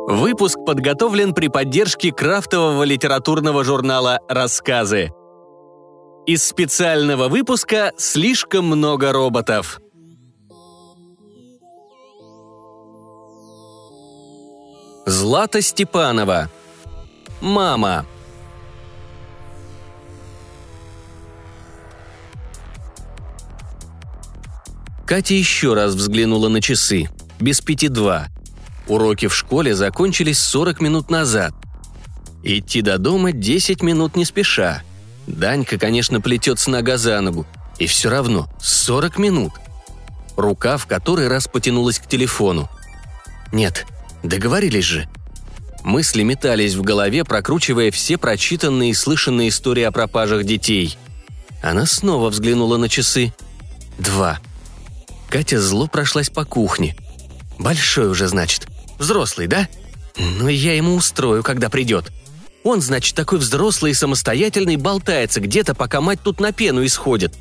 Выпуск подготовлен при поддержке крафтового литературного журнала «Рассказы». Из специального выпуска «Слишком много роботов». Злата Степанова. Мама. Катя еще раз взглянула на часы. Без 5:02. Уроки в школе закончились 40 минут назад. Идти до дома 10 минут не спеша. Данька, конечно, плетется нога за ногу. И все равно 40 минут. Рука в который раз потянулась к телефону. Нет, договорились же. Мысли метались в голове, прокручивая все прочитанные и слышанные истории о пропажах детей. Она снова взглянула на часы. 2. Катя зло прошлась по кухне. Большой уже, значит. Взрослый, да? Ну, я ему устрою, когда придет. Он, значит, такой взрослый и самостоятельный, болтается где-то, пока мать тут на пену исходит.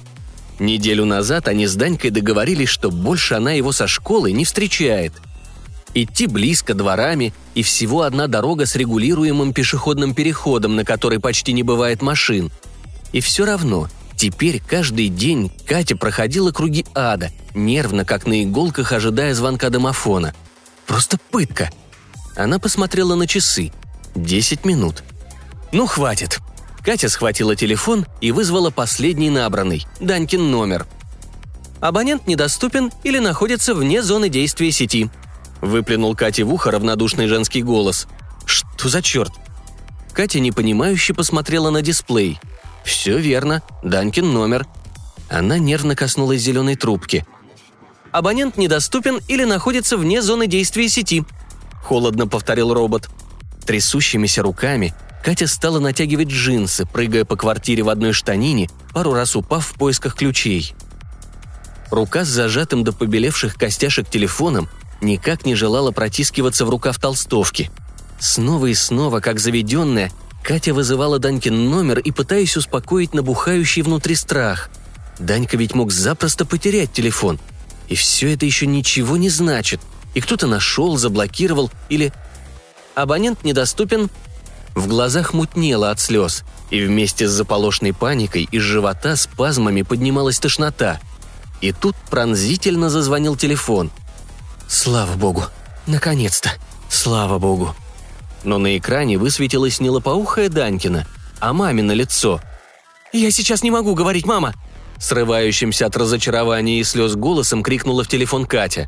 Неделю назад они с Данькой договорились, что больше она его со школы не встречает. Идти близко дворами, и всего одна дорога с регулируемым пешеходным переходом, на которой почти не бывает машин. И все равно, теперь каждый день Катя проходила круги ада, нервно, как на иголках, ожидая звонка домофона. Просто пытка. Она посмотрела на часы. 10 минут. Ну, хватит. Катя схватила телефон и вызвала последний набранный, Данькин номер. «Абонент недоступен или находится вне зоны действия сети», выплюнул Кате в ухо равнодушный женский голос. «Что за черт?» Катя непонимающе посмотрела на дисплей. «Все верно, Данькин номер». Она нервно коснулась зеленой трубки. «Абонент недоступен или находится вне зоны действия сети», — холодно повторил робот. Трясущимися руками Катя стала натягивать джинсы, прыгая по квартире в одной штанине, пару раз упав в поисках ключей. Рука с зажатым до побелевших костяшек телефоном никак не желала протискиваться в рукав толстовки. Снова и снова, как заведенная, Катя вызывала Данькин номер и пытаясь успокоить набухающий внутри страх. Данька ведь мог запросто потерять телефон. И все это еще ничего не значит. И кто-то нашел, заблокировал или... «Абонент недоступен». В глазах мутнело от слез, и вместе с заполошной паникой из живота спазмами поднималась тошнота. И тут пронзительно зазвонил телефон. «Слава богу! Наконец-то! Слава богу!» Но на экране высветилось не лопоухое Данькино, а мамино лицо. «Я сейчас не могу говорить, мама!» Срывающимся от разочарования и слез голосом крикнула в телефон Катя.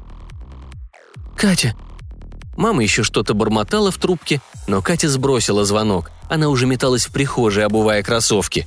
«Катя!» Мама еще что-то бормотала в трубке, но Катя сбросила звонок. Она уже металась в прихожей, обувая кроссовки.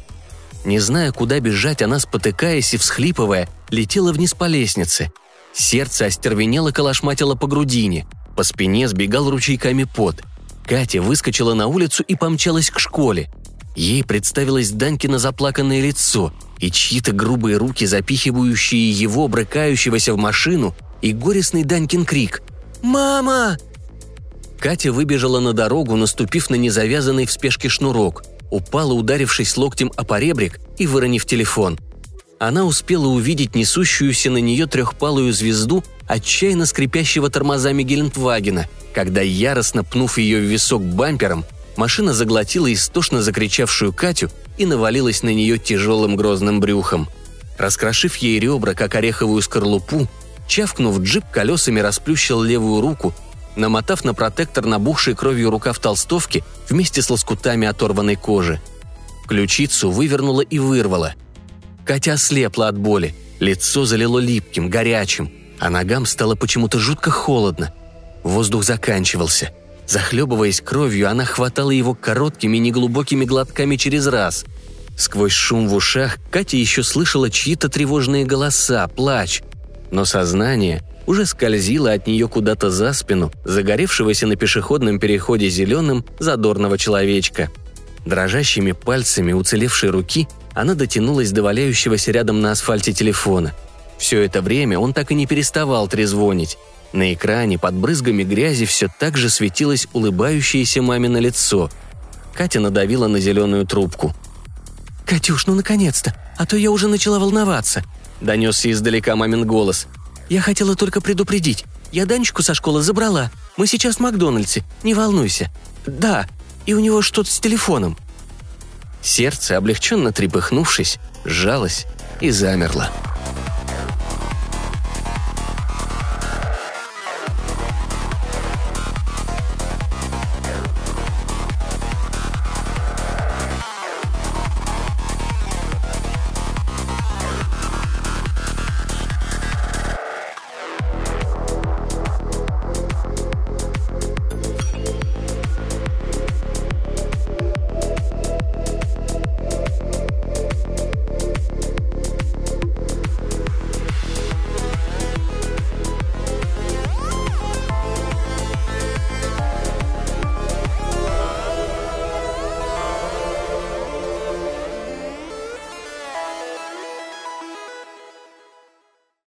Не зная, куда бежать, она, спотыкаясь и всхлипывая, летела вниз по лестнице. Сердце остервенело колошматило по грудине. По спине сбегал ручейками пот. Катя выскочила на улицу и помчалась к школе. Ей представилось Данькино заплаканное лицо и чьи-то грубые руки, запихивающие его, брыкающегося в машину, и горестный Данькин крик «Мама!». Катя выбежала на дорогу, наступив на незавязанный в спешке шнурок, упала, ударившись локтем о поребрик и выронив телефон. Она успела увидеть несущуюся на нее трехпалую звезду отчаянно скрипящего тормозами Гелендвагена, когда, яростно пнув ее в висок бампером, машина заглотила истошно закричавшую Катю и навалилась на нее тяжелым грозным брюхом. Раскрошив ей ребра, как ореховую скорлупу, чавкнув, джип колесами расплющил левую руку, намотав на протектор набухшей кровью рукав толстовки вместе с лоскутами оторванной кожи. Ключицу вывернула и вырвала. Катя ослепла от боли, лицо залило липким, горячим, а ногам стало почему-то жутко холодно. Воздух заканчивался. Захлебываясь кровью, она хватала его короткими неглубокими глотками через раз. Сквозь шум в ушах Катя еще слышала чьи-то тревожные голоса, плач. Но сознание уже скользило от нее куда-то за спину загоревшегося на пешеходном переходе зеленым задорного человечка. Дрожащими пальцами уцелевшей руки она дотянулась до валяющегося рядом на асфальте телефона. Все это время он так и не переставал трезвонить. На экране под брызгами грязи все так же светилось улыбающееся мамино лицо. Катя надавила на зеленую трубку. «Катюш, ну наконец-то! А то я уже начала волноваться!» – донесся издалека мамин голос. «Я хотела только предупредить. Я Данечку со школы забрала. Мы сейчас в Макдональдсе, не волнуйся. Да, и у него что-то с телефоном». Сердце, облегченно трепыхнувшись, сжалось и замерло.